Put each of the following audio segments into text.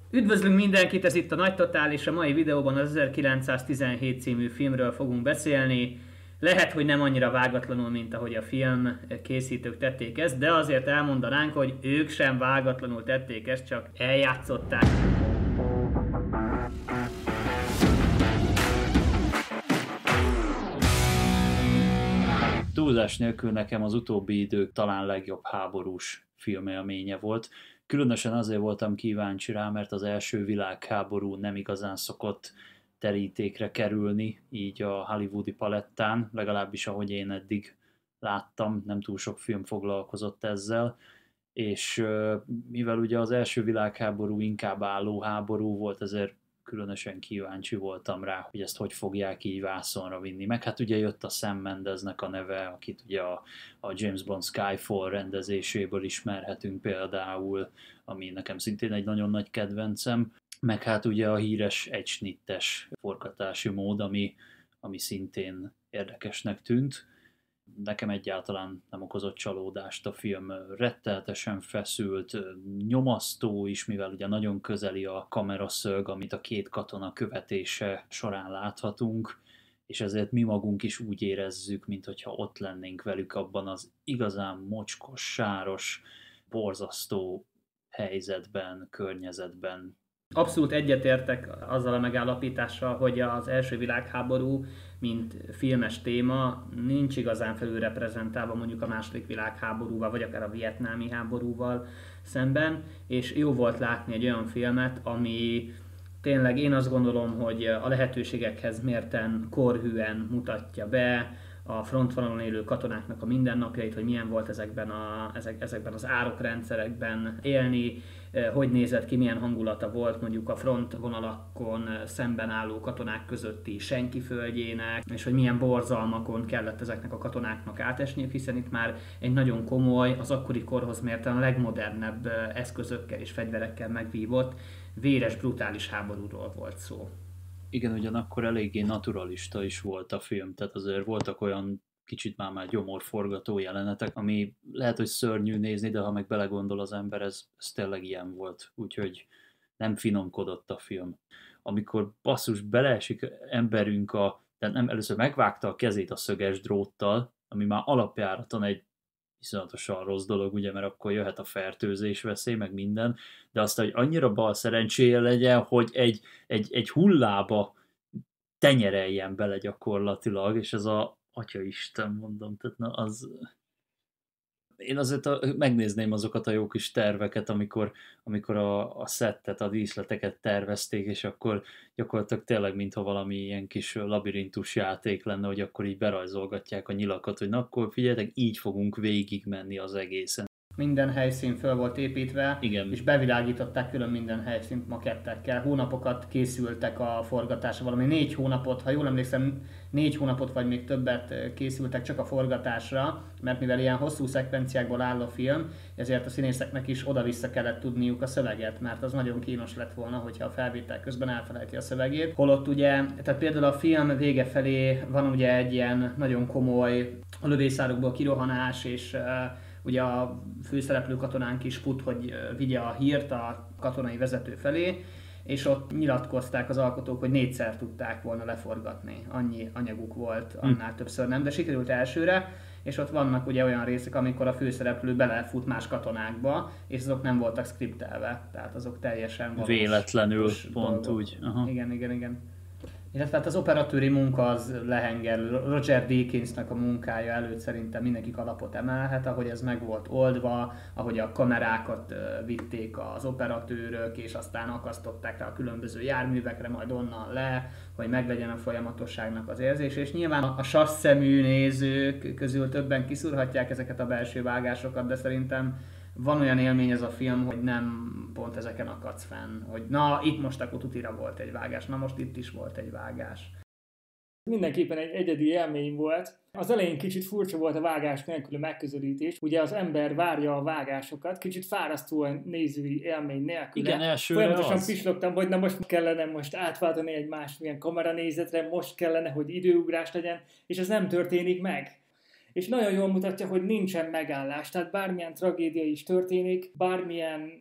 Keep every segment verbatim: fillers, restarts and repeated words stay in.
Üdvözlünk mindenkit, ez itt a Nagy Totál, és a mai videóban az ezerkilencszáztizenhét című filmről fogunk beszélni. Lehet, hogy nem annyira vágatlanul, mint ahogy a film készítők tették ezt, de azért elmondanánk, hogy ők sem vágatlanul tették ezt, csak eljátszották. Túlzás nélkül nekem az utóbbi idők talán legjobb háborús filmélménye volt. Különösen azért voltam kíváncsi rá, mert az első világháború nem igazán szokott terítékre kerülni, így a hollywoodi palettán, legalábbis ahogy én eddig láttam, nem túl sok film foglalkozott ezzel, és mivel ugye az első világháború inkább álló háború volt, ezért különösen kíváncsi voltam rá, hogy ezt hogy fogják így vászonra vinni. Meg hát ugye jött a Sam Mendesnek a neve, akit ugye a, a James Bond Skyfall rendezéséből ismerhetünk például, ami nekem szintén egy nagyon nagy kedvencem. Meg hát ugye a híres egysnittes forgatási mód, ami, ami szintén érdekesnek tűnt. Nekem egyáltalán nem okozott csalódást a film, rettenetesen feszült, nyomasztó is, mivel ugye nagyon közeli a kameraszög, amit a két katona követése során láthatunk, és ezért mi magunk is úgy érezzük, mintha ott lennénk velük abban az igazán mocskos, sáros, borzasztó helyzetben, környezetben. Abszolút egyetértek azzal a megállapítással, hogy az első világháború, mint filmes téma, nincs igazán felülreprezentálva mondjuk a második világháborúval, vagy akár a vietnámi háborúval szemben, és jó volt látni egy olyan filmet, ami tényleg én azt gondolom, hogy a lehetőségekhez mérten korhűen mutatja be a frontvonalon élő katonáknak a mindennapjait, hogy milyen volt ezekben, a, ezek, ezekben az árokrendszerekben élni, hogy nézett ki, milyen hangulata volt mondjuk a frontvonalakon szemben álló katonák közötti senki földjének, és hogy milyen borzalmakon kellett ezeknek a katonáknak átesniük, hiszen itt már egy nagyon komoly, az akkori korhoz mérten a legmodernebb eszközökkel és fegyverekkel megvívott, véres, brutális háborúról volt szó. Igen, ugyanakkor eléggé naturalista is volt a film, tehát azért voltak olyan kicsit már már gyomorforgató jelenetek, ami lehet, hogy szörnyű nézni, de ha meg belegondol az ember, ez, ez tényleg ilyen volt, úgyhogy nem finomkodott a film. Amikor basszus beleesik emberünk a, tehát nem, először megvágta a kezét a szöges dróttal, ami már alapjáraton egy iszonyatosan rossz dolog, ugye, mert akkor jöhet a fertőzés veszély, meg minden, de azt, hogy annyira bal szerencséje legyen, hogy egy, egy, egy hullába tenyereljen bele gyakorlatilag, és ez a Atyaisten, mondom, tehát na az... Én azért a, megnézném azokat a jó kis terveket, amikor, amikor a, a szettet, a díszleteket tervezték, és akkor gyakorlatilag tényleg, mintha valami ilyen kis labirintus játék lenne, hogy akkor így berajzolgatják a nyilakat, hogy na akkor figyeljetek, így fogunk végigmenni az egészen. Minden helyszín föl volt építve, Igen. És bevilágították külön minden helyszínt makettekkel. Hónapokat készültek a forgatásra, valami négy hónapot, ha jól emlékszem, négy hónapot vagy még többet készültek csak a forgatásra, mert mivel ilyen hosszú szekvenciákból áll a film, ezért a színészeknek is oda-vissza kellett tudniuk a szöveget, mert az nagyon kínos lett volna, hogyha a felvétel közben elfelejti a szövegét. Holott ugye, tehát például a film vége felé van ugye egy ilyen nagyon komoly a lövészárokból kirohanás, és ugye a főszereplő katonánk is fut, hogy vigye a hírt a katonai vezető felé, és ott nyilatkozták az alkotók, hogy négyszer tudták volna leforgatni. Annyi anyaguk volt, annál többször nem, de sikerült elsőre, és ott vannak ugye olyan részek, amikor a főszereplő belefut más katonákba, és azok nem voltak skriptelve, tehát azok teljesen valós. Véletlenül, pont dolgok. úgy. Aha. Igen, igen, igen. Illetve hát az operatőri munka az lehengerlő. Roger Deakinsnak a munkája előtt szerintem mindenki kalapot emelhet, ahogy ez meg volt oldva, ahogy a kamerákat vitték az operatőrök, és aztán akasztották rá a különböző járművekre, majd onnan le, hogy meglegyen a folyamatosságnak az érzés. És nyilván a sasszemű nézők közül többen kiszúrhatják ezeket a belső vágásokat, de szerintem van olyan élmény ez a film, hogy nem pont ezeken akadsz fenn, hogy na, itt most akkor tutira volt egy vágás, na most itt is volt egy vágás. Mindenképpen egy egyedi élmény volt. Az elején kicsit furcsa volt a vágás nélküli megközelítés. Ugye az ember várja a vágásokat, kicsit fárasztóan nézői élmény nélkül. Igen, elsőre Folyamatosan az. pislogtam, hogy na most kellene most átváltani egy másmilyen kameranézetre, most kellene, hogy időugrás legyen, és ez nem történik meg. És nagyon jól mutatja, hogy nincsen megállás, tehát bármilyen tragédia is történik, bármilyen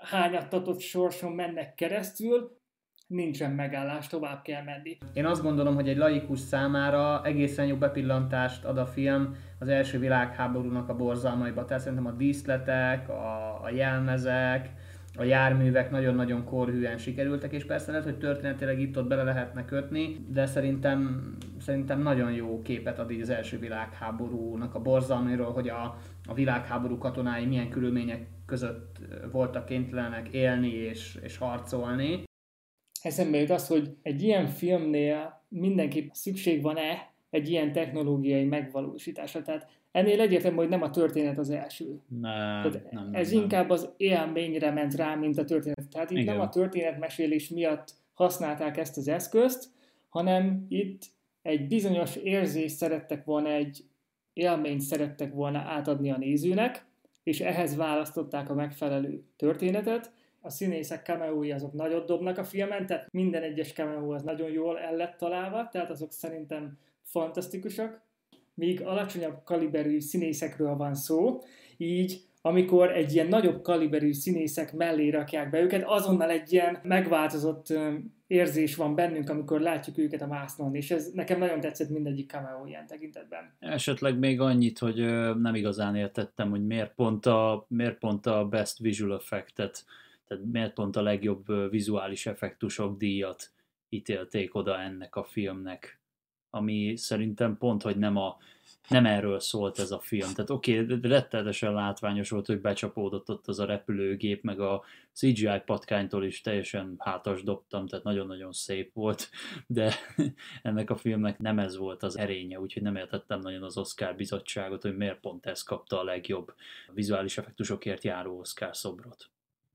hányattatott sorson mennek keresztül, nincsen megállás, tovább kell menni. Én azt gondolom, hogy egy laikus számára egészen jó bepillantást ad a film az első világháborúnak a borzalmaiba. Tehát szerintem a díszletek, a, a jelmezek, a járművek nagyon-nagyon korhűen sikerültek, és persze lehet, hogy történetileg itt-ott bele lehetne kötni, de szerintem, szerintem nagyon jó képet ad így az első világháborúnak a borzalmairól, hogy a, a világháború katonái milyen körülmények között voltak kénytelenek élni és, és harcolni. Eszembe jut az, hogy egy ilyen filmnél mindenképp szükség van-e egy ilyen technológiai megvalósításra. Tehát ennél egyértelmű, hogy nem a történet az első. Nem, nem, nem, ez nem. inkább az élményre ment rá, mint a történet. Tehát itt Igen. nem a történetmesélés miatt használták ezt az eszközt, hanem itt egy bizonyos érzést szerettek volna, egy élményt szerettek volna átadni a nézőnek, és ehhez választották a megfelelő történetet. A színészek cameói azok nagyot dobnak a filmen, tehát minden egyes cameó az nagyon jól el lett találva, tehát azok szerintem fantasztikusak. Míg alacsonyabb kaliberű színészekről van szó, így amikor egy ilyen nagyobb kaliberű színészek mellé rakják be őket, azonnal egy ilyen megváltozott érzés van bennünk, amikor látjuk őket a vásznon, és ez nekem nagyon tetszett mindegyik cameo ilyen tekintetben. Esetleg még annyit, hogy nem igazán értettem, hogy miért pont a, miért pont a Best Visual Effect-et, tehát miért pont a legjobb vizuális effektusok díjat ítélték oda ennek a filmnek, ami szerintem pont, hogy nem, a, nem erről szólt ez a film. Tehát oké, okay, rettenetesen látványos volt, hogy becsapódott ott az a repülőgép, meg a cé gé í patkánytól is teljesen hátas dobtam, tehát nagyon-nagyon szép volt, de ennek a filmnek nem ez volt az erénye, úgyhogy nem értettem nagyon az Oscar bizottságot, hogy miért pont ez kapta a legjobb vizuális effektusokért járó Oscar szobrot.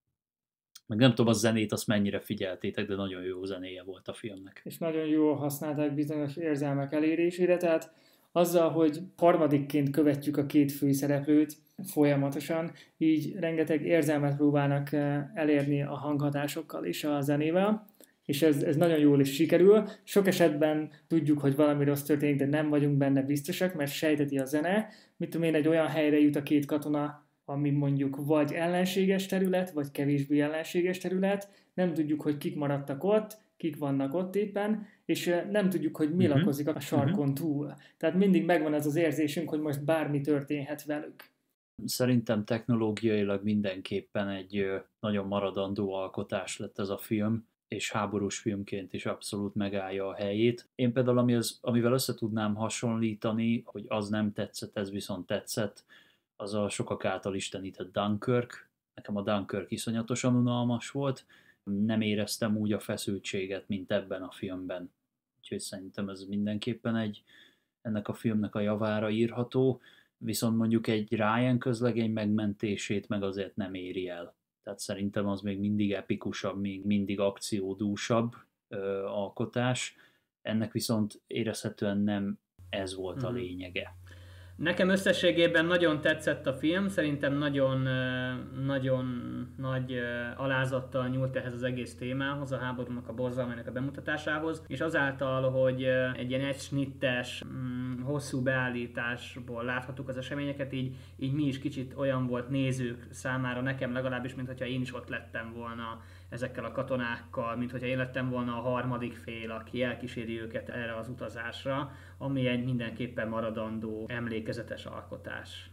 Meg nem tudom, a zenét azt mennyire figyeltétek, de nagyon jó zenéje volt a filmnek. És nagyon jól használták bizonyos érzelmek elérésére, tehát azzal, hogy harmadikként követjük a két főszereplőt folyamatosan, így rengeteg érzelmet próbálnak elérni a hanghatásokkal és a zenével, és ez, ez nagyon jól is sikerül. Sok esetben tudjuk, hogy valami rossz történik, de nem vagyunk benne biztosak, mert sejteti a zene. Mit tudom én, egy olyan helyre jut a két katona, ami mondjuk vagy ellenséges terület, vagy kevésbé ellenséges terület, nem tudjuk, hogy kik maradtak ott, kik vannak ott éppen, és nem tudjuk, hogy mi uh-huh. lakozik a sarkon uh-huh. túl. Tehát mindig megvan az az érzésünk, hogy most bármi történhet velük. Szerintem technológiailag mindenképpen egy nagyon maradandó alkotás lett ez a film, és háborús filmként is abszolút megállja a helyét. Én például, ami az, amivel össze tudnám hasonlítani, hogy az nem tetszett, ez viszont tetszett, az a sokak által istenített Dunkirk. Nekem a Dunkirk iszonyatosan unalmas volt, nem éreztem úgy a feszültséget, mint ebben a filmben. Úgyhogy szerintem ez mindenképpen egy, ennek a filmnek a javára írható, viszont mondjuk egy Ryan közlegény megmentését meg azért nem éri el. Tehát szerintem az még mindig epikusabb, még mindig akciódúsabb ö, alkotás. Ennek viszont érezhetően nem ez volt a lényege. Nekem összességében nagyon tetszett a film, szerintem nagyon, nagyon nagy alázattal nyúlt ehhez az egész témához, a háborúnak a borzalmának a bemutatásához, és azáltal, hogy egy ilyen egysnittes, hosszú beállításból láthattuk az eseményeket, így, így mi is kicsit olyan volt nézők számára, nekem legalábbis, mint hogyha én is ott lettem volna ezekkel a katonákkal, mint hogyha én lettem volna a harmadik fél, aki elkíséri őket erre az utazásra, ami egy mindenképpen maradandó, emlékezetes alkotás.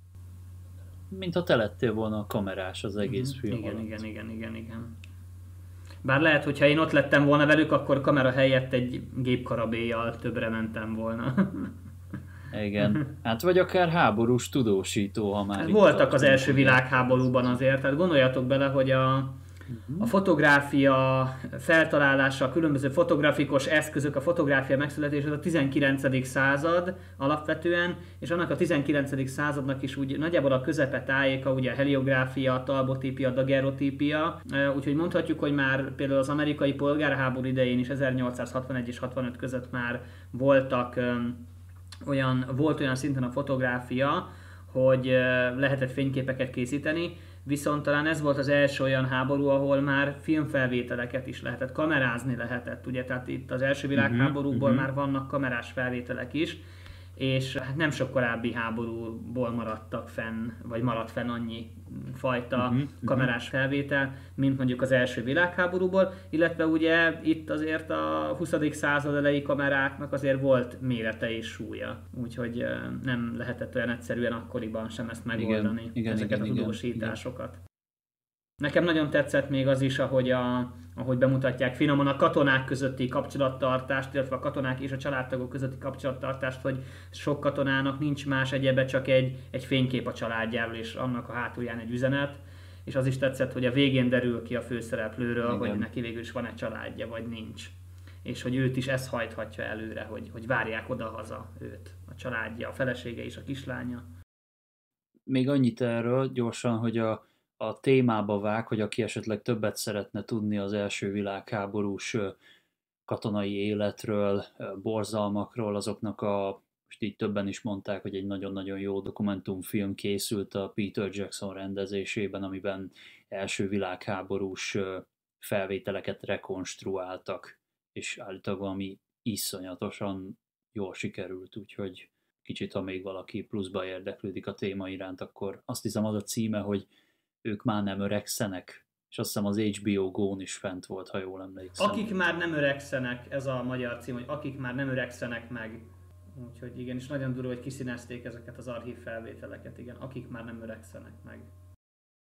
Mint ha te lettél volna a kamerás az egész Mm-hmm. film igen, alatt. igen, igen, igen, igen. Bár lehet, hogyha én ott lettem volna velük, akkor kamera helyett egy gépkarabélyjal többre mentem volna. Igen. Hát vagy akár háborús tudósító, ha már... Hát voltak az első világháborúban azért, tehát gondoljatok bele, hogy a a fotográfia feltalálása, a különböző fotografikus eszközök, a fotográfia megszületése a tizenkilencedik század alapvetően, és annak a tizenkilencedik századnak is úgy nagyjából a közepe tájéka, ugye a heliográfia, a talbotípia, a daguerreotípia, úgyhogy mondhatjuk, hogy már például az amerikai polgárháború idején is ezernyolcszázhatvanegy és hatvanöt között már voltak olyan, volt olyan szinten a fotográfia, hogy lehetett fényképeket készíteni, viszont talán ez volt az első olyan háború, ahol már filmfelvételeket is lehetett, kamerázni lehetett, ugye, tehát itt az első világháborúból uh-huh. már vannak kamerás felvételek is, és hát nem sok korábbi háborúból maradtak fenn, vagy maradt fenn annyi fajta uh-huh, kamerás felvétel, mint mondjuk az első világháborúból, illetve ugye itt azért a huszadik század elejé kameráknak azért volt mérete és súlya, úgyhogy nem lehetett olyan egyszerűen akkoriban sem ezt megoldani, igen, igen, ezeket igen, a tudósításokat. Igen. Nekem nagyon tetszett még az is, ahogy, a, ahogy bemutatják finoman a katonák közötti kapcsolattartást, illetve a katonák és a családtagok közötti kapcsolattartást, hogy sok katonának nincs más egyebe, csak egy, egy fénykép a családjáról, és annak a hátulján egy üzenet. És az is tetszett, hogy a végén derül ki a főszereplőről, igen, hogy neki végül is van egy családja, vagy nincs. És hogy őt is ez hajthatja előre, hogy, hogy várják oda-haza őt, a családja, a felesége és a kislánya. Még annyit erről gyorsan, hogy a a témába vág, hogy aki esetleg többet szeretne tudni az első világháborús katonai életről, borzalmakról, azoknak a, most így többen is mondták, hogy egy nagyon-nagyon jó dokumentumfilm készült a Peter Jackson rendezésében, amiben első világháborús felvételeket rekonstruáltak, és állítólag valami iszonyatosan jól sikerült, úgyhogy kicsit, ha még valaki pluszba érdeklődik a téma iránt, akkor azt hiszem az a címe, hogy ők már nem öregszenek, és azt hiszem az há bé o Go-n is fent volt, ha jól emlékszem. Akik már nem öregszenek, ez a magyar cím, hogy akik már nem öregszenek meg. Úgyhogy igen, és nagyon durva, hogy kiszínezték ezeket az archív felvételeket, igen, akik már nem öregszenek meg.